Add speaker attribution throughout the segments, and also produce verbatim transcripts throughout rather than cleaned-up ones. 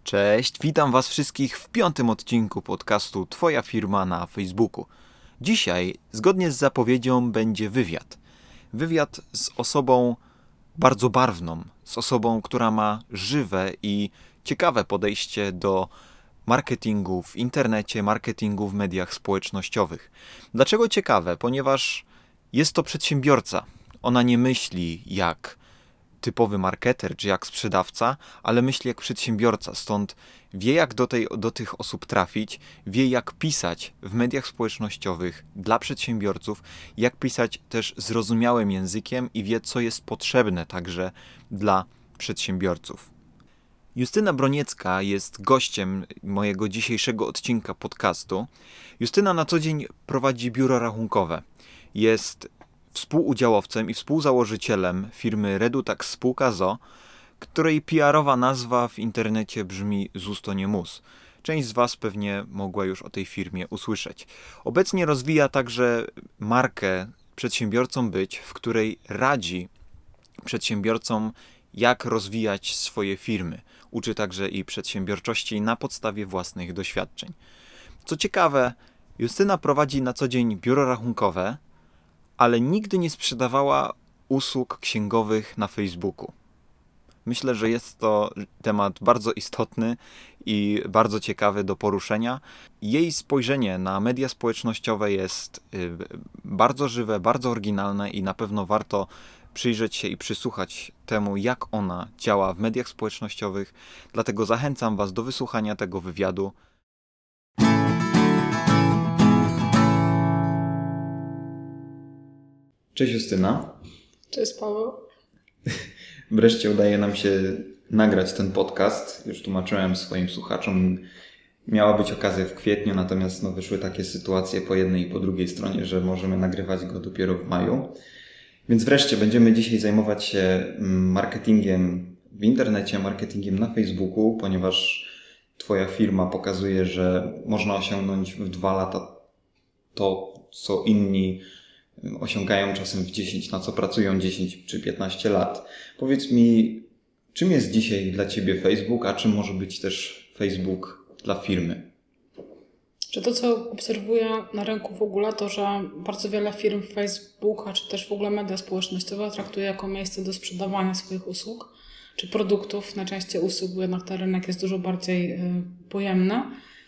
Speaker 1: Cześć, witam Was wszystkich w piątym odcinku podcastu Twoja firma na Facebooku. Dzisiaj, zgodnie z zapowiedzią, będzie wywiad. Wywiad z osobą bardzo barwną, z osobą, która ma żywe i ciekawe podejście do marketingu w internecie, marketingu w mediach społecznościowych. Dlaczego ciekawe? Ponieważ jest to przedsiębiorca. Ona nie myśli jak typowy marketer czy jak sprzedawca, ale myśli jak przedsiębiorca, stąd wie jak do, tej, do tych osób trafić, wie jak pisać w mediach społecznościowych dla przedsiębiorców, jak pisać też zrozumiałym językiem i wie co jest potrzebne także dla przedsiębiorców. Justyna Broniecka jest gościem mojego dzisiejszego odcinka podcastu. Justyna na co dzień prowadzi biuro rachunkowe. Jest współudziałowcem i współzałożycielem firmy Redutax Spółka z o o, której P R-owa nazwa w internecie brzmi Z to nie mus. Część z Was pewnie mogła już o tej firmie usłyszeć. Obecnie rozwija także markę Przedsiębiorcą Być, w której radzi przedsiębiorcom, jak rozwijać swoje firmy. Uczy także i przedsiębiorczości na podstawie własnych doświadczeń. Co ciekawe, Justyna prowadzi na co dzień biuro rachunkowe, ale nigdy nie sprzedawała usług księgowych na Facebooku. Myślę, że jest to temat bardzo istotny i bardzo ciekawy do poruszenia. Jej spojrzenie na media społecznościowe jest bardzo żywe, bardzo oryginalne i na pewno warto przyjrzeć się i przysłuchać temu, jak ona działa w mediach społecznościowych. Dlatego zachęcam Was do wysłuchania tego wywiadu. Cześć Justyna.
Speaker 2: Cześć Paweł.
Speaker 1: Wreszcie udaje nam się nagrać ten podcast. Już tłumaczyłem swoim słuchaczom. Miała być okazja w kwietniu, natomiast no, wyszły takie sytuacje po jednej i po drugiej stronie, że możemy nagrywać go dopiero w maju. Więc wreszcie będziemy dzisiaj zajmować się marketingiem w internecie, marketingiem na Facebooku, ponieważ Twoja firma pokazuje, że można osiągnąć w dwa lata to, co inni osiągają czasem w dziesięć, na co pracują dziesięć czy piętnaście lat. Powiedz mi, czym jest dzisiaj dla Ciebie Facebook, a czym może być też Facebook dla firmy?
Speaker 2: Że to, co obserwuję na rynku w ogóle, to, że bardzo wiele firm Facebooka, czy też w ogóle media społecznościowe traktuje jako miejsce do sprzedawania swoich usług, czy produktów, najczęściej usług, bo jednak ten rynek jest dużo bardziej y, pojemny.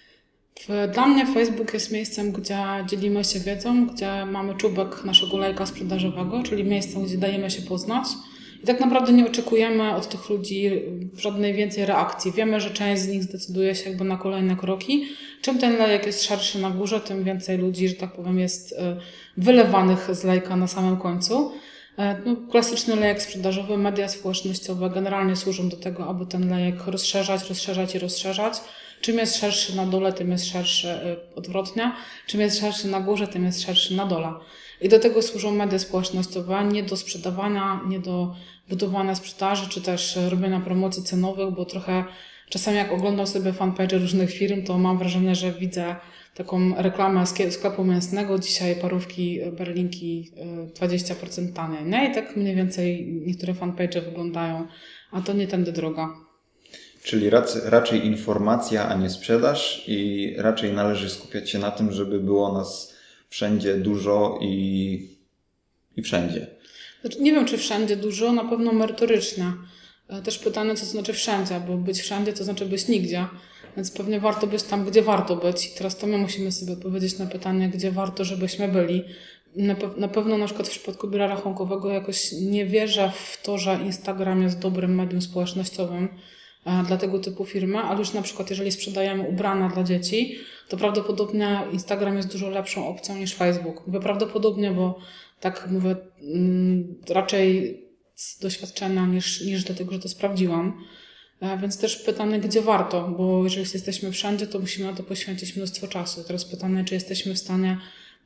Speaker 2: Dla mnie Facebook jest miejscem, gdzie dzielimy się wiedzą, gdzie mamy czubek naszego lejka sprzedażowego, czyli miejscem, gdzie dajemy się poznać. I tak naprawdę nie oczekujemy od tych ludzi żadnej więcej reakcji. Wiemy, że część z nich zdecyduje się jakby na kolejne kroki. Czym ten lejek jest szerszy na górze, tym więcej ludzi, że tak powiem, jest wylewanych z lejka na samym końcu. No, klasyczny lejek sprzedażowy, media społecznościowe generalnie służą do tego, aby ten lejek rozszerzać, rozszerzać i rozszerzać. Czym jest szerszy na dole, tym jest szerszy odwrotnie. Czym jest szerszy na górze, tym jest szerszy na dole. I do tego służą media społecznościowe, nie do sprzedawania, nie do budowania sprzedaży, czy też robienia promocji cenowych, bo trochę czasami jak oglądam sobie fanpage różnych firm, to mam wrażenie, że widzę taką reklamę sklepu mięsnego, dzisiaj parówki, berlinki dwadzieścia procent taniej. No i tak mniej więcej niektóre fanpage wyglądają, a to nie tędy droga.
Speaker 1: Czyli raczej informacja, a nie sprzedaż i raczej należy skupiać się na tym, żeby było nas wszędzie dużo i, i wszędzie.
Speaker 2: Znaczy, nie wiem, czy wszędzie dużo, na pewno merytorycznie. Też pytanie, co to znaczy wszędzie, bo być wszędzie to znaczy być nigdzie. Więc pewnie warto być tam, gdzie warto być. I teraz to my musimy sobie odpowiedzieć na pytanie, gdzie warto, żebyśmy byli. Na, pe- na pewno na przykład w przypadku biura rachunkowego jakoś nie wierzę w to, że Instagram jest dobrym medium społecznościowym dla tego typu firmy, ale już na przykład jeżeli sprzedajemy ubrania dla dzieci, to prawdopodobnie Instagram jest dużo lepszą opcją niż Facebook. Mówię prawdopodobnie, bo tak mówię mm, raczej z doświadczenia niż, niż dlatego, że to sprawdziłam. Więc też pytanie, gdzie warto, bo jeżeli jesteśmy wszędzie, to musimy na to poświęcić mnóstwo czasu. Teraz pytanie, czy jesteśmy w stanie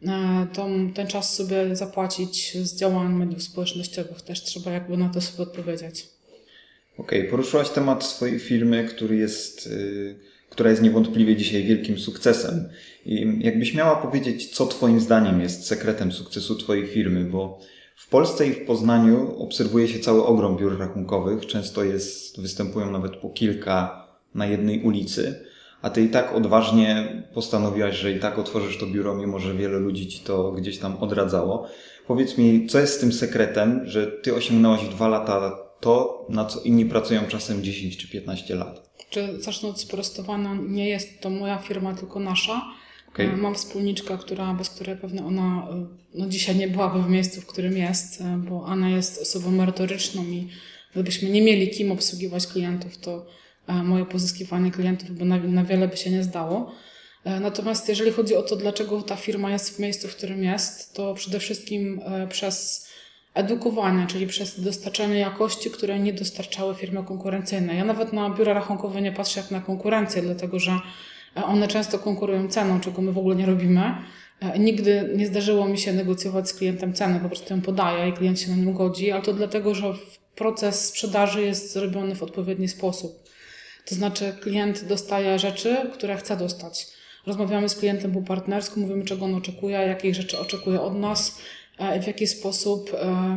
Speaker 2: tą, ten czas sobie zapłacić z działań mediów społecznościowych. Też trzeba jakby na to sobie odpowiedzieć.
Speaker 1: Okej, okay, poruszyłaś temat swojej firmy, który jest, yy, która jest niewątpliwie dzisiaj wielkim sukcesem. I jakbyś miała powiedzieć, co Twoim zdaniem jest sekretem sukcesu Twojej firmy, bo w Polsce i w Poznaniu obserwuje się cały ogrom biur rachunkowych. Często jest, występują nawet po kilka na jednej ulicy, a ty i tak odważnie postanowiłaś, że i tak otworzysz to biuro, mimo że wiele ludzi ci to gdzieś tam odradzało. Powiedz mi, co jest z tym sekretem, że ty osiągnęłaś w dwa lata to, na co inni pracują czasem dziesięć czy piętnaście lat?
Speaker 2: Czy zacznę od sprostowania, nie jest to moja firma, tylko nasza. Okay. Mam wspólniczkę, która, bez której pewnie ona no, dzisiaj nie byłaby w miejscu, w którym jest, bo Anna jest osobą merytoryczną i gdybyśmy nie mieli kim obsługiwać klientów, to moje pozyskiwanie klientów bo na, na wiele by się nie zdało. Natomiast jeżeli chodzi o to, dlaczego ta firma jest w miejscu, w którym jest, to przede wszystkim przez edukowanie, czyli przez dostarczanie jakości, które nie dostarczały firmy konkurencyjne. Ja nawet na biura rachunkowe nie patrzę jak na konkurencję, dlatego że one często konkurują ceną, czego my w ogóle nie robimy. Nigdy nie zdarzyło mi się negocjować z klientem ceny, po prostu ją podaję i klient się na nią godzi, ale to dlatego, że proces sprzedaży jest zrobiony w odpowiedni sposób. To znaczy klient dostaje rzeczy, które chce dostać. Rozmawiamy z klientem po partnersku, mówimy czego on oczekuje, jakich rzeczy oczekuje od nas i w jaki sposób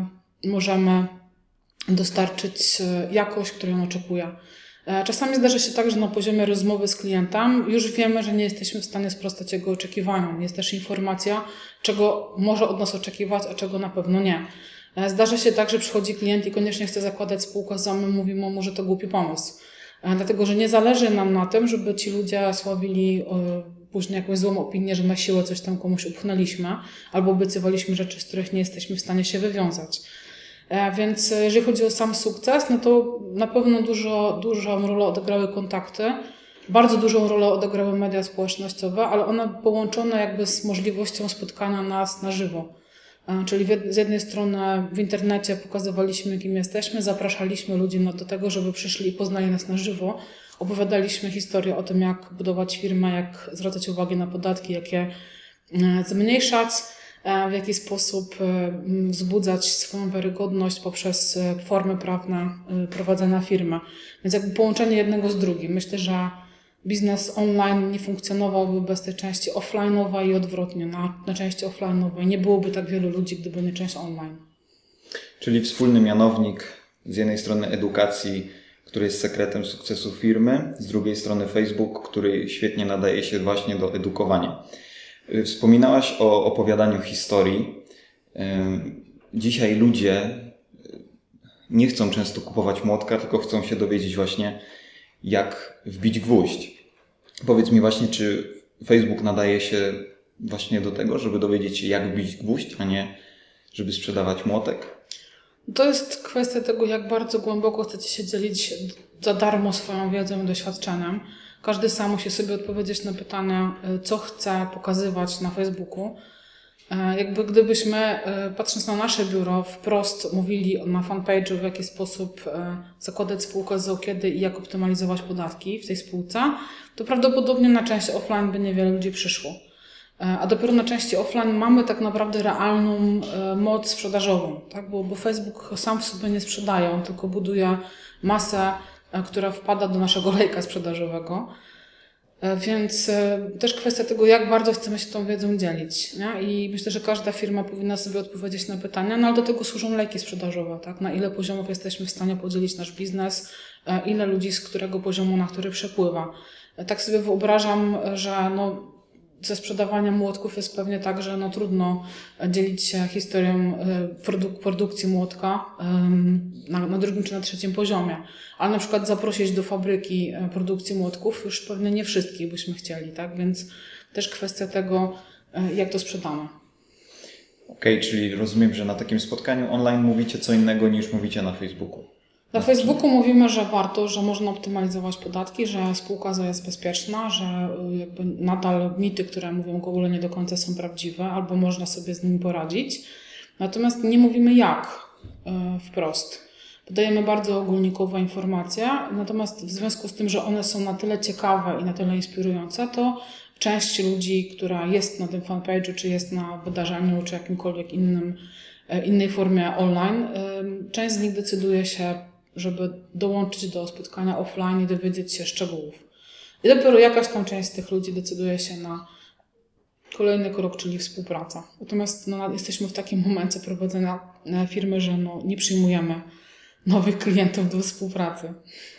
Speaker 2: możemy dostarczyć jakość, której on oczekuje. Czasami zdarza się tak, że na poziomie rozmowy z klientem już wiemy, że nie jesteśmy w stanie sprostać jego oczekiwaniom. Jest też informacja, czego może od nas oczekiwać, a czego na pewno nie. Zdarza się tak, że przychodzi klient i koniecznie chce zakładać spółkę z my mówimy mu, że to głupi pomysł. Dlatego, że nie zależy nam na tym, żeby ci ludzie sławili później jakąś złą opinię, że na siłę coś tam komuś upchnęliśmy albo obiecywaliśmy rzeczy, z których nie jesteśmy w stanie się wywiązać. Więc jeżeli chodzi o sam sukces, no to na pewno dużo, dużą rolę odegrały kontakty, bardzo dużą rolę odegrały media społecznościowe, ale one połączone jakby z możliwością spotkania nas na żywo. Czyli z jednej strony w internecie pokazywaliśmy, kim jesteśmy, zapraszaliśmy ludzi do tego, żeby przyszli i poznali nas na żywo. Opowiadaliśmy historię o tym, jak budować firmę, jak zwracać uwagę na podatki, jak je zmniejszać, w jaki sposób wzbudzać swoją wiarygodność poprzez formy prawne prowadzenia firmy. Więc jakby połączenie jednego z drugim. Myślę, że biznes online nie funkcjonowałby bez tej części offline'owej i odwrotnie. Na, na części offline'owej nie byłoby tak wielu ludzi, gdyby nie część online.
Speaker 1: Czyli wspólny mianownik z jednej strony edukacji, który jest sekretem sukcesu firmy, z drugiej strony Facebook, który świetnie nadaje się właśnie do edukowania. Wspominałaś o opowiadaniu historii. Dzisiaj ludzie nie chcą często kupować młotka, tylko chcą się dowiedzieć właśnie, jak wbić gwóźdź. Powiedz mi właśnie, czy Facebook nadaje się właśnie do tego, żeby dowiedzieć się, jak wbić gwóźdź, a nie żeby sprzedawać młotek?
Speaker 2: To jest kwestia tego, jak bardzo głęboko chcecie się dzielić za darmo swoją wiedzą i doświadczeniem. Każdy sam musi sobie odpowiedzieć na pytanie, co chce pokazywać na Facebooku. Jakby gdybyśmy, patrząc na nasze biuro, wprost mówili na fanpage'u, w jaki sposób zakładać spółkę z o o kiedy i jak optymalizować podatki w tej spółce, to prawdopodobnie na część offline by niewiele ludzi przyszło. A dopiero na części offline mamy tak naprawdę realną moc sprzedażową, tak? Bo, bo Facebook sam w sobie nie sprzedaje, on tylko buduje masę, która wpada do naszego lejka sprzedażowego. Więc też kwestia tego, jak bardzo chcemy się tą wiedzą dzielić. Nie? I myślę, że każda firma powinna sobie odpowiedzieć na pytania, no ale do tego służą lejki sprzedażowe. Tak? Na ile poziomów jesteśmy w stanie podzielić nasz biznes, ile ludzi z którego poziomu na który przepływa. Tak sobie wyobrażam, że no, ze sprzedawaniem młotków jest pewnie tak, że no, trudno dzielić się historią produk- produkcji młotka na, na drugim czy na trzecim poziomie. Ale na przykład zaprosić do fabryki produkcji młotków już pewnie nie wszystkich byśmy chcieli, tak? Więc też kwestia tego, jak to sprzedamy.
Speaker 1: Okej, okay, czyli rozumiem, że na takim spotkaniu online mówicie co innego niż mówicie na Facebooku.
Speaker 2: Na Facebooku mówimy, że warto, że można optymalizować podatki, że spółka jest bezpieczna, że jakby nadal mity, które mówią w ogóle nie do końca są prawdziwe, albo można sobie z nimi poradzić. Natomiast nie mówimy jak wprost. Podajemy bardzo ogólnikowe informacje, natomiast w związku z tym, że one są na tyle ciekawe i na tyle inspirujące, to część ludzi, która jest na tym fanpage'u, czy jest na wydarzeniu, czy jakimkolwiek innym, innej formie online, część z nich decyduje się, żeby dołączyć do spotkania offline i dowiedzieć się szczegółów. I dopiero jakaś tam część z tych ludzi decyduje się na kolejny krok, czyli współpraca. Natomiast no, jesteśmy w takim momencie prowadzenia firmy, że no, nie przyjmujemy nowych klientów do współpracy.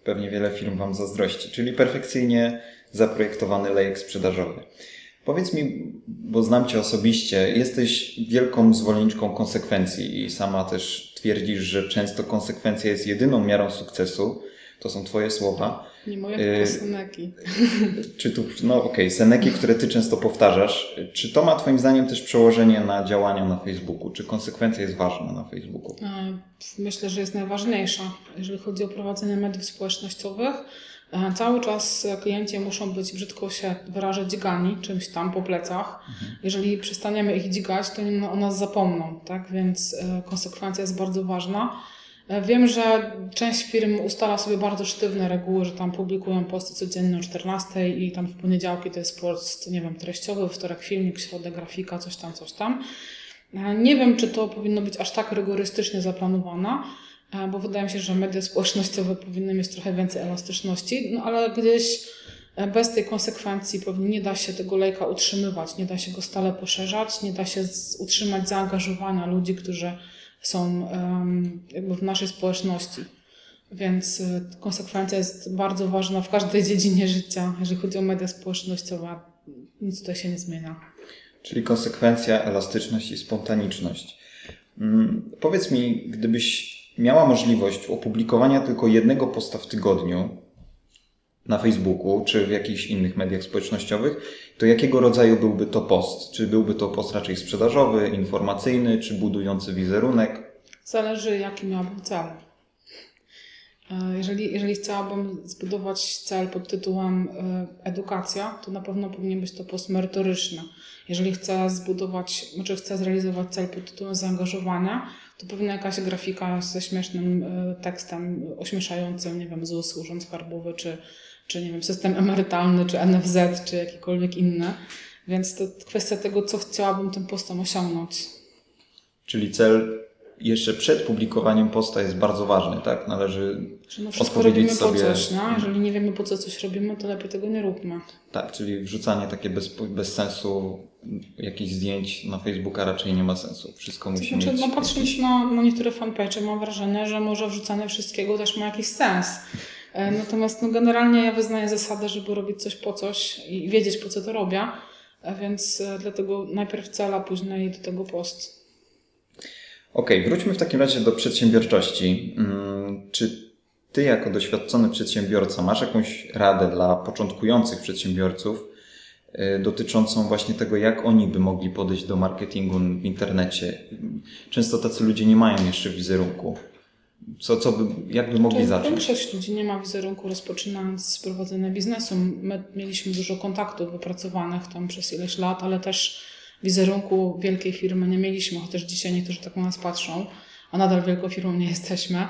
Speaker 1: pewnie wiele firm Wam zazdrości, czyli perfekcyjnie zaprojektowany lejek sprzedażowy. Powiedz mi, bo znam Cię osobiście, jesteś wielką zwolenniczką konsekwencji i sama też twierdzisz, że często konsekwencja jest jedyną miarą sukcesu. To są Twoje słowa.
Speaker 2: Nie moje, tylko Seneki.
Speaker 1: Czy tu, no okej, okay, Seneki, które Ty często powtarzasz. Czy to ma Twoim zdaniem też przełożenie na działania na Facebooku? Czy konsekwencja jest ważna na Facebooku?
Speaker 2: Myślę, że jest najważniejsza. Jeżeli chodzi o prowadzenie mediów społecznościowych, cały czas klienci muszą być, brzydko się wyrażać, dźgani czymś tam po plecach. Mhm. Jeżeli przestaniemy ich dźgać, to oni o nas zapomną, tak? Więc konsekwencja jest bardzo ważna. Wiem, że część firm ustala sobie bardzo sztywne reguły, że tam publikują posty codziennie o czternastej i tam w poniedziałki to jest post, nie wiem, treściowy, wtorek filmik, środę grafika, coś tam, coś tam. Nie wiem, czy to powinno być aż tak rygorystycznie zaplanowane, bo wydaje mi się, że media społecznościowe powinny mieć trochę więcej elastyczności, no ale gdzieś bez tej konsekwencji pewnie nie da się tego lejka utrzymywać, nie da się go stale poszerzać, nie da się utrzymać zaangażowania ludzi, którzy są um, jakby w naszej społeczności. Więc y, konsekwencja jest bardzo ważna w każdej dziedzinie życia, jeżeli chodzi o media społecznościowe. Nic tutaj się nie zmienia.
Speaker 1: Czyli konsekwencja, elastyczność i spontaniczność. Hmm, powiedz mi, gdybyś miała możliwość opublikowania tylko jednego posta w tygodniu na Facebooku czy w jakichś innych mediach społecznościowych, to jakiego rodzaju byłby to post? Czy byłby to post raczej sprzedażowy, informacyjny, czy budujący wizerunek?
Speaker 2: Zależy, jaki miałbym cel. Jeżeli, jeżeli chciałabym zbudować cel pod tytułem edukacja, to na pewno powinien być to post merytoryczny. Jeżeli chcę zbudować, znaczy chcę zrealizować cel pod tytułem zaangażowania, to powinna jakaś grafika ze śmiesznym tekstem ośmieszającym, nie wiem, ZUS, Urząd Skarbowy, czy, czy nie wiem, system emerytalny, czy N F Z, czy jakikolwiek inny. Więc to kwestia tego, co chciałabym tym postem osiągnąć.
Speaker 1: Czyli cel jeszcze przed publikowaniem posta jest bardzo ważny, tak? Należy
Speaker 2: no wszystko
Speaker 1: odpowiedzieć
Speaker 2: robimy
Speaker 1: sobie...
Speaker 2: po coś, no? Jeżeli nie wiemy, po co coś robimy, to lepiej tego nie róbmy.
Speaker 1: Tak, czyli wrzucanie takie bez, bez sensu jakichś zdjęć na Facebooka raczej nie ma sensu. Wszystko musi
Speaker 2: znaczy,
Speaker 1: mieć...
Speaker 2: No patrząc
Speaker 1: jakiś...
Speaker 2: na, na niektóre fanpage, mam wrażenie, że może wrzucanie wszystkiego też ma jakiś sens. Natomiast no, generalnie ja wyznaję zasadę, żeby robić coś po coś i wiedzieć, po co to robię. Więc dlatego najpierw cel, a później do tego post.
Speaker 1: Okej, okay, wróćmy w takim razie do przedsiębiorczości. Czy Ty jako doświadczony przedsiębiorca masz jakąś radę dla początkujących przedsiębiorców dotyczącą właśnie tego, jak oni by mogli podejść do marketingu w internecie? Często tacy ludzie nie mają jeszcze wizerunku. Co, co by, jak by mogli
Speaker 2: to
Speaker 1: zacząć?
Speaker 2: Większość ludzi nie ma wizerunku, rozpoczynając z prowadzenia biznesu. My mieliśmy dużo kontaktów wypracowanych tam przez ileś lat, ale też wizerunku wielkiej firmy nie mieliśmy, chociaż dzisiaj niektórzy tak na nas patrzą, a nadal wielką firmą nie jesteśmy.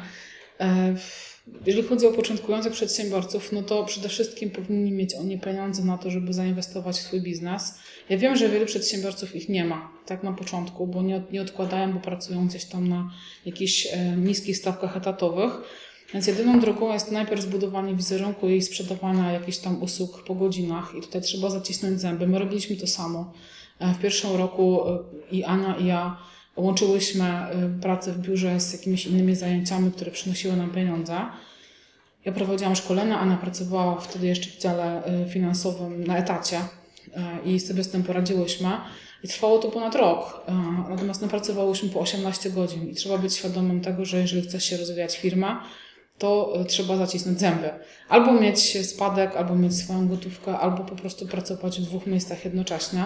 Speaker 2: Jeżeli chodzi o początkujących przedsiębiorców, no to przede wszystkim powinni mieć oni pieniądze na to, żeby zainwestować w swój biznes. Ja wiem, że wielu przedsiębiorców ich nie ma, tak na początku, bo nie, nie odkładają, bo pracują gdzieś tam na jakichś e, niskich stawkach etatowych. Więc jedyną drogą jest najpierw zbudowanie wizerunku i sprzedawania jakichś tam usług po godzinach i tutaj trzeba zacisnąć zęby. My robiliśmy to samo. W pierwszym roku i Ania i ja łączyłyśmy pracę w biurze z jakimiś innymi zajęciami, które przynosiły nam pieniądze. Ja prowadziłam szkolenia, Ania pracowała wtedy jeszcze w dziale finansowym na etacie i sobie z tym poradziłyśmy. I trwało to ponad rok. Natomiast my pracowałyśmy po osiemnaście godzin i trzeba być świadomym tego, że jeżeli chcesz się rozwijać firmę, to trzeba zacisnąć zęby. Albo mieć spadek, albo mieć swoją gotówkę, albo po prostu pracować w dwóch miejscach jednocześnie.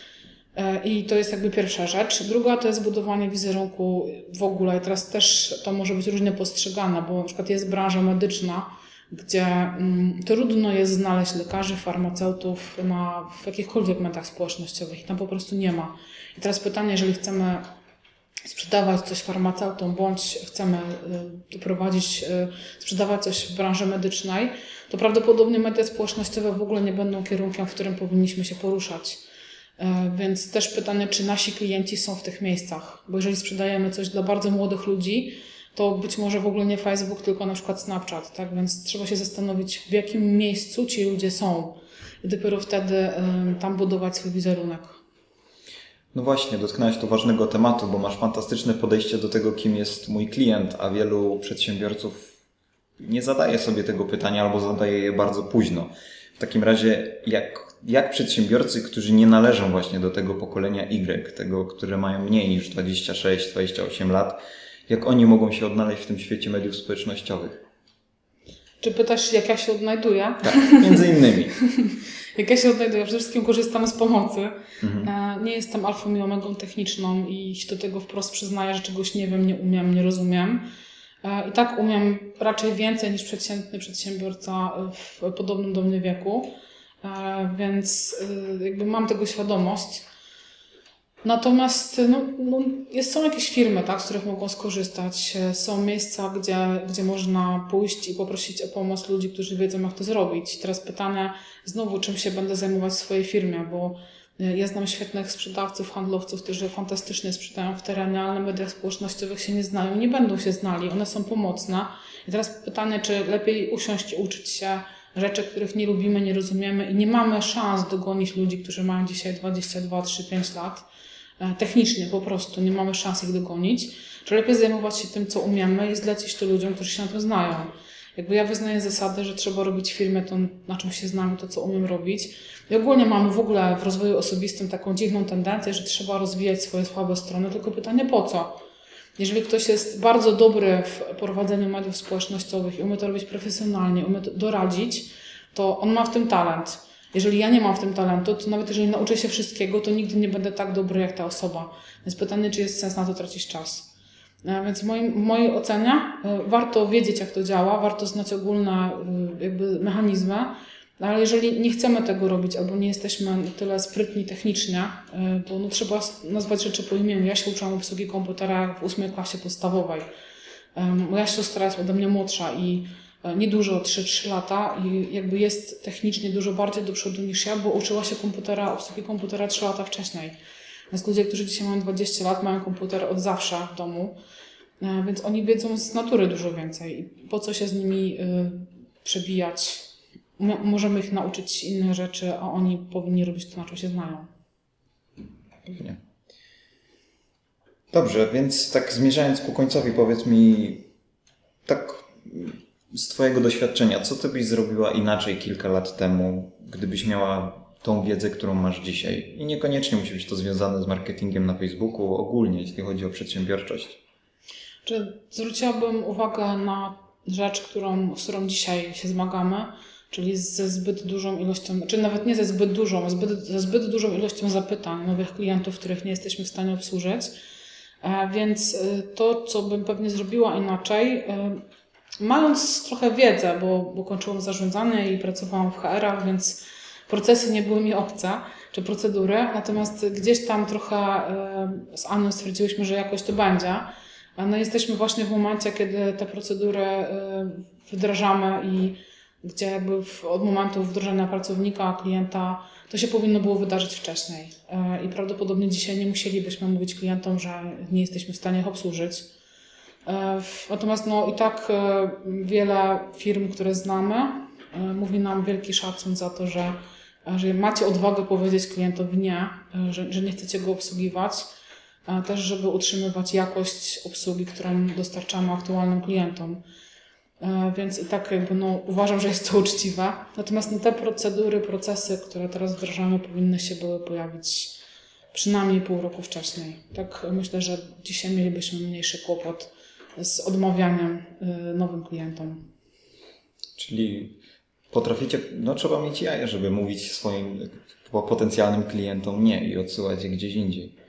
Speaker 2: I to jest jakby pierwsza rzecz. Druga to jest budowanie wizerunku w ogóle. I teraz też to może być różnie postrzegane, bo na przykład jest branża medyczna, gdzie mm, trudno jest znaleźć lekarzy, farmaceutów na, w jakichkolwiek mediach społecznościowych i tam po prostu nie ma. I teraz pytanie, jeżeli chcemy sprzedawać coś farmaceutom, bądź chcemy y, doprowadzić, y, sprzedawać coś w branży medycznej, to prawdopodobnie media społecznościowe w ogóle nie będą kierunkiem, w którym powinniśmy się poruszać. Więc też pytanie, czy nasi klienci są w tych miejscach. Bo jeżeli sprzedajemy coś dla bardzo młodych ludzi, to być może w ogóle nie Facebook, tylko na przykład Snapchat. Tak? Więc trzeba się zastanowić, w jakim miejscu ci ludzie są. I dopiero wtedy y, tam budować swój wizerunek.
Speaker 1: No właśnie, dotknąłeś tu ważnego tematu, bo masz fantastyczne podejście do tego, kim jest mój klient, a wielu przedsiębiorców nie zadaje sobie tego pytania albo zadaje je bardzo późno. W takim razie jak, jak przedsiębiorcy, którzy nie należą właśnie do tego pokolenia Y, tego, które mają mniej niż dwadzieścia sześć dwadzieścia osiem lat, jak oni mogą się odnaleźć w tym świecie mediów społecznościowych?
Speaker 2: Czy pytasz, jak ja się odnajduję?
Speaker 1: Tak, między innymi.
Speaker 2: Jak ja się odnajduję? Przede wszystkim korzystam z pomocy.
Speaker 1: Mhm.
Speaker 2: Nie jestem alfą i omegą techniczną i się do tego wprost przyznaję, że czegoś nie wiem, nie umiem, nie rozumiem. I tak umiem raczej więcej niż przeciętny przedsiębiorca w podobnym do mnie wieku, więc jakby mam tego świadomość. Natomiast no, no jest, są jakieś firmy, tak, z których mogą skorzystać. Są miejsca, gdzie, gdzie można pójść i poprosić o pomoc ludzi, którzy wiedzą, jak to zrobić. I teraz pytanie znowu, czym się będę zajmować w swojej firmie, bo ja znam świetnych sprzedawców, handlowców, którzy fantastycznie sprzedają w terenie, ale na mediach społecznościowych się nie znają, nie będą się znali, one są pomocne. I teraz pytanie, czy lepiej usiąść i uczyć się rzeczy, których nie lubimy, nie rozumiemy i nie mamy szans dogonić ludzi, którzy mają dzisiaj dwadzieścia dwa, trzy, pięć lat. Technicznie po prostu nie mamy szans ich dogonić. Czy lepiej zajmować się tym, co umiemy i zlecić to ludziom, którzy się na tym znają. Jakby ja wyznaję zasadę, że trzeba robić w firmie to, na czym się znam, to, co umiem robić. I ogólnie mamy w ogóle w rozwoju osobistym taką dziwną tendencję, że trzeba rozwijać swoje słabe strony, tylko pytanie po co? Jeżeli ktoś jest bardzo dobry w prowadzeniu mediów społecznościowych i umie to robić profesjonalnie, umie to doradzić, to on ma w tym talent. Jeżeli ja nie mam w tym talentu, to nawet jeżeli nauczę się wszystkiego, to nigdy nie będę tak dobry jak ta osoba. Więc pytanie, czy jest sens na to tracić czas. Więc w, moim, w mojej ocenie warto wiedzieć, jak to działa, warto znać ogólne jakby mechanizmy, ale jeżeli nie chcemy tego robić albo nie jesteśmy tyle sprytni technicznie, to no trzeba nazwać rzeczy po imieniu. Ja się uczyłam obsługi komputera w ósmej klasie podstawowej. Moja siostra jest ode mnie młodsza i niedużo, trzy trzy lata i jakby jest technicznie dużo bardziej do przodu niż ja, bo uczyła się komputera, obsługi komputera trzy lata wcześniej. Więc ludzie, którzy dzisiaj mają dwadzieścia lat, mają komputer od zawsze w domu, więc oni wiedzą z natury dużo więcej. I po co się z nimi y, przebijać? M- możemy ich nauczyć innych rzeczy, a oni powinni robić to, na czym się znają.
Speaker 1: Pewnie. Dobrze, więc tak zmierzając ku końcowi, powiedz mi tak z Twojego doświadczenia, co Ty byś zrobiła inaczej kilka lat temu, gdybyś miała tą wiedzę, którą masz dzisiaj? I niekoniecznie musi być to związane z marketingiem na Facebooku, ogólnie, jeśli chodzi o przedsiębiorczość.
Speaker 2: Czy zwróciłabym uwagę na rzecz, którą, z którą dzisiaj się zmagamy, czyli ze zbyt dużą ilością, czy nawet nie ze zbyt dużą, zbyt, ze zbyt dużą ilością zapytań nowych klientów, których nie jesteśmy w stanie obsłużyć. Więc to, co bym pewnie zrobiła inaczej, mając trochę wiedzę, bo, bo kończyłam zarządzanie i pracowałam w H R-ach, więc procesy nie były mi obce, czy procedury, natomiast gdzieś tam trochę z Anią stwierdziłyśmy, że jakoś to będzie. No jesteśmy właśnie w momencie, kiedy te procedury wdrażamy i gdzie jakby w, od momentu wdrożenia pracownika, klienta, to się powinno było wydarzyć wcześniej. I prawdopodobnie dzisiaj nie musielibyśmy mówić klientom, że nie jesteśmy w stanie ich obsłużyć. Natomiast no i tak wiele firm, które znamy, mówi nam wielki szacun za to, że, że macie odwagę powiedzieć klientowi nie, że, że nie chcecie go obsługiwać, też żeby utrzymywać jakość obsługi, którą dostarczamy aktualnym klientom. Więc i tak jakby no, uważam, że jest to uczciwe. Natomiast no, te procedury, procesy, które teraz wdrażamy, powinny się były pojawić przynajmniej pół roku wcześniej. Tak myślę, że dzisiaj mielibyśmy mniejszy kłopot z odmawianiem nowym klientom.
Speaker 1: Czyli potraficie, no trzeba mieć jaja, żeby mówić swoim potencjalnym klientom nie i odsyłać je gdzieś indziej.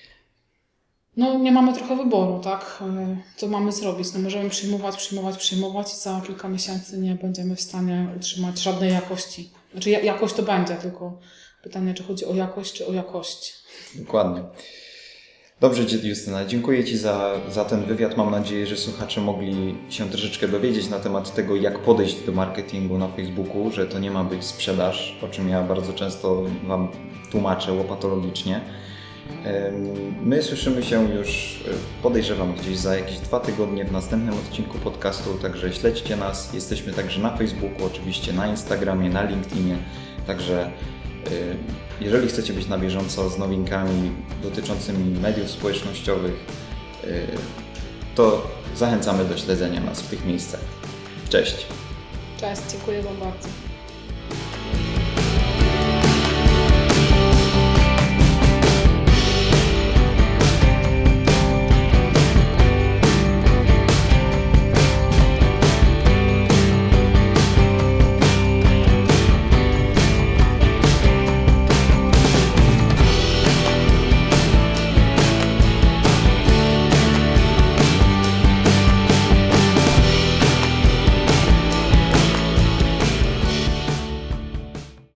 Speaker 2: No nie mamy trochę wyboru, tak? Co mamy zrobić? No możemy przyjmować, przyjmować, przyjmować i za kilka miesięcy nie będziemy w stanie utrzymać żadnej jakości. Znaczy jakość to będzie, tylko pytanie, czy chodzi o jakość, czy o jakość.
Speaker 1: Dokładnie. Dobrze, Justyna, dziękuję Ci za, za ten wywiad. Mam nadzieję, że słuchacze mogli się troszeczkę dowiedzieć na temat tego, jak podejść do marketingu na Facebooku, że to nie ma być sprzedaż, o czym ja bardzo często Wam tłumaczę łopatologicznie. My słyszymy się już, podejrzewam, gdzieś za jakieś dwa tygodnie w następnym odcinku podcastu, także śledźcie nas. Jesteśmy także na Facebooku, oczywiście na Instagramie, na LinkedInie, także jeżeli chcecie być na bieżąco z nowinkami dotyczącymi mediów społecznościowych, to zachęcamy do śledzenia nas w tych miejscach. Cześć.
Speaker 2: Cześć, dziękuję Wam bardzo.